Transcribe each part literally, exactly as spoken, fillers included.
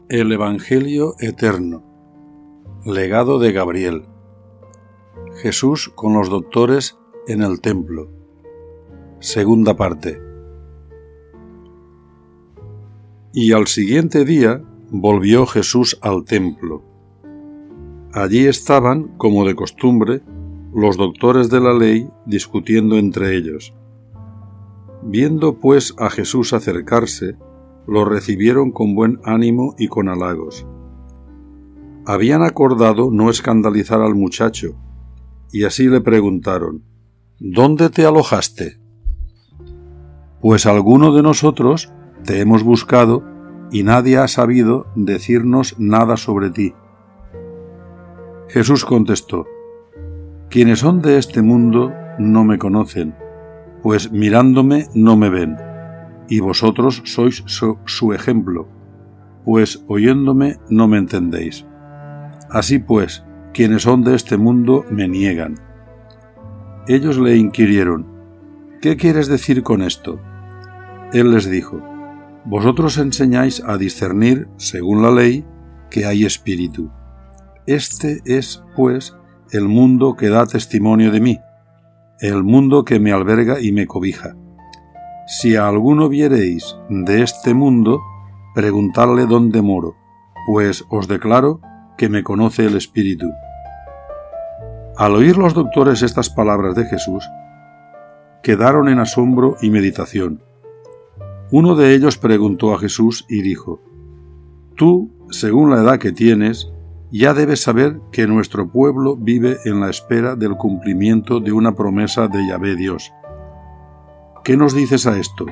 El Evangelio Eterno. Legado de Gabriel. Jesús con los doctores en el templo. Segunda parte. Y al siguiente día volvió Jesús al templo. Allí estaban, como de costumbre, los doctores de la ley discutiendo entre ellos. Viendo pues a Jesús acercarse, lo recibieron con buen ánimo y con halagos. Habían acordado no escandalizar al muchacho, y así le preguntaron: ¿Dónde te alojaste? Pues alguno de nosotros te hemos buscado, y nadie ha sabido decirnos nada sobre ti. Jesús contestó: Quienes son de este mundo no me conocen, pues mirándome no me ven. Y vosotros sois su, su ejemplo, pues oyéndome no me entendéis. Así pues, quienes son de este mundo me niegan. Ellos le inquirieron: ¿Qué quieres decir con esto? Él les dijo: Vosotros enseñáis a discernir, según la ley, que hay espíritu. Este es, pues, el mundo que da testimonio de mí, el mundo que me alberga y me cobija. Si a alguno viereis de este mundo, preguntadle dónde moro, pues os declaro que me conoce el Espíritu. Al oír los doctores estas palabras de Jesús, quedaron en asombro y meditación. Uno de ellos preguntó a Jesús y dijo: Tú, según la edad que tienes, ya debes saber que nuestro pueblo vive en la espera del cumplimiento de una promesa de Yahvé Dios. ¿Qué nos dices a esto?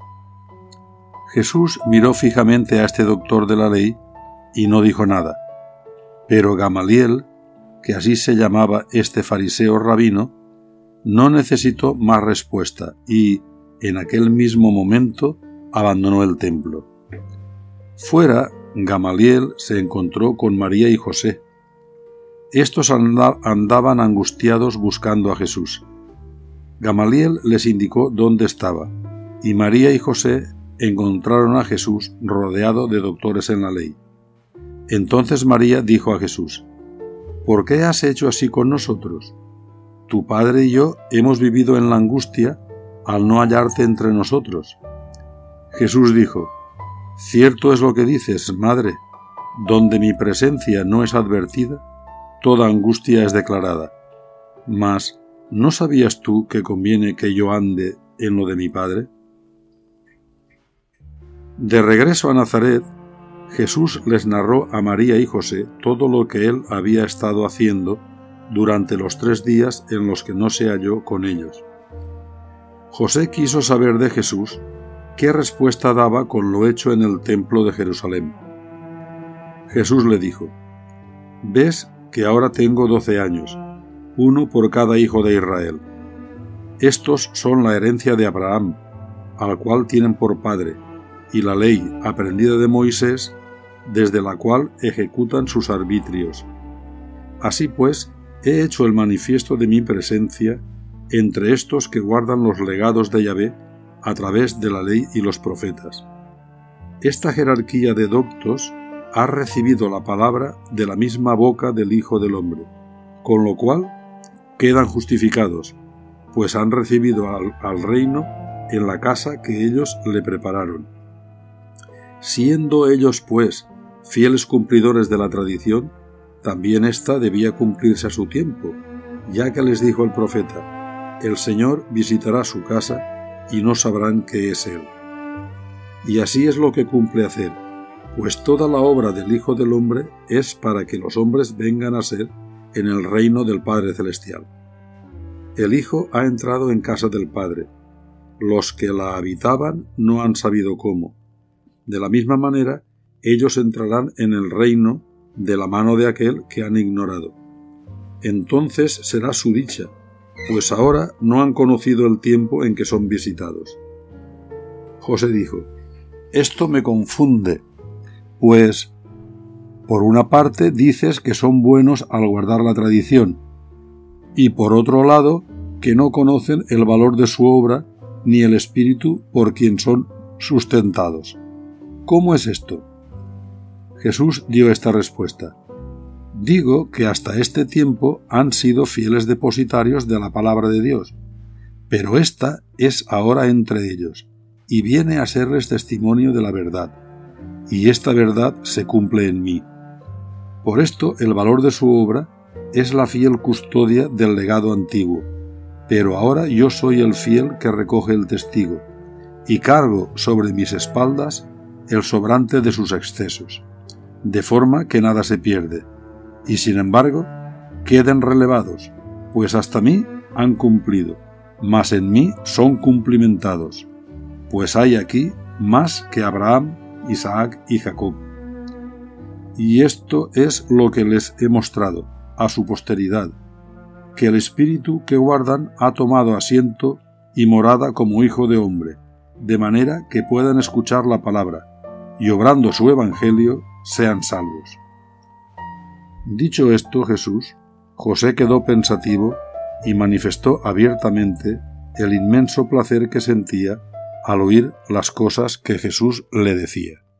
Jesús miró fijamente a este doctor de la ley y no dijo nada. Pero Gamaliel, que así se llamaba este fariseo rabino, no necesitó más respuesta y, en aquel mismo momento, abandonó el templo. Fuera, Gamaliel se encontró con María y José. Estos andaban angustiados buscando a Jesús. Gamaliel les indicó dónde estaba, y María y José encontraron a Jesús rodeado de doctores en la ley. Entonces María dijo a Jesús: ¿Por qué has hecho así con nosotros? Tu padre y yo hemos vivido en la angustia al no hallarte entre nosotros. Jesús dijo: Cierto es lo que dices, madre, donde mi presencia no es advertida, toda angustia es declarada. Mas, ¿no sabías tú que conviene que yo ande en lo de mi Padre? De regreso a Nazaret, Jesús les narró a María y José todo lo que él había estado haciendo durante los tres días en los que no se halló con ellos. José quiso saber de Jesús qué respuesta daba con lo hecho en el templo de Jerusalén. Jesús le dijo: «¿Ves que ahora tengo doce años? Uno por cada hijo de Israel. Estos son la herencia de Abraham, al cual tienen por padre, y la ley aprendida de Moisés, desde la cual ejecutan sus arbitrios. Así pues, he hecho el manifiesto de mi presencia entre estos que guardan los legados de Yahvé a través de la ley y los profetas. Esta jerarquía de doctos ha recibido la palabra de la misma boca del Hijo del Hombre, con lo cual quedan justificados, pues han recibido al, al reino en la casa que ellos le prepararon. Siendo ellos, pues, fieles cumplidores de la tradición, también ésta debía cumplirse a su tiempo, ya que les dijo el profeta: el Señor visitará su casa y no sabrán que es Él. Y así es lo que cumple hacer, pues toda la obra del Hijo del Hombre es para que los hombres vengan a ser en el reino del Padre Celestial. El Hijo ha entrado en casa del Padre. Los que la habitaban no han sabido cómo. De la misma manera, ellos entrarán en el reino de la mano de aquel que han ignorado. Entonces será su dicha, pues ahora no han conocido el tiempo en que son visitados. José dijo: «Esto me confunde, pues por una parte dices que son buenos al guardar la tradición, y por otro lado que no conocen el valor de su obra ni el espíritu por quien son sustentados. ¿Cómo es esto?» Jesús dio esta respuesta: digo que hasta este tiempo han sido fieles depositarios de la palabra de Dios, pero ésta es ahora entre ellos, y viene a serles testimonio de la verdad, y esta verdad se cumple en mí. Por esto el valor de su obra es la fiel custodia del legado antiguo, pero ahora yo soy el fiel que recoge el testigo, y cargo sobre mis espaldas el sobrante de sus excesos, de forma que nada se pierde, y sin embargo queden relevados, pues hasta mí han cumplido, mas en mí son cumplimentados, pues hay aquí más que Abraham, Isaac y Jacob. Y esto es lo que les he mostrado a su posteridad, que el Espíritu que guardan ha tomado asiento y morada como Hijo de Hombre, de manera que puedan escuchar la palabra, y obrando su Evangelio sean salvos. Dicho esto Jesús, José quedó pensativo y manifestó abiertamente el inmenso placer que sentía al oír las cosas que Jesús le decía.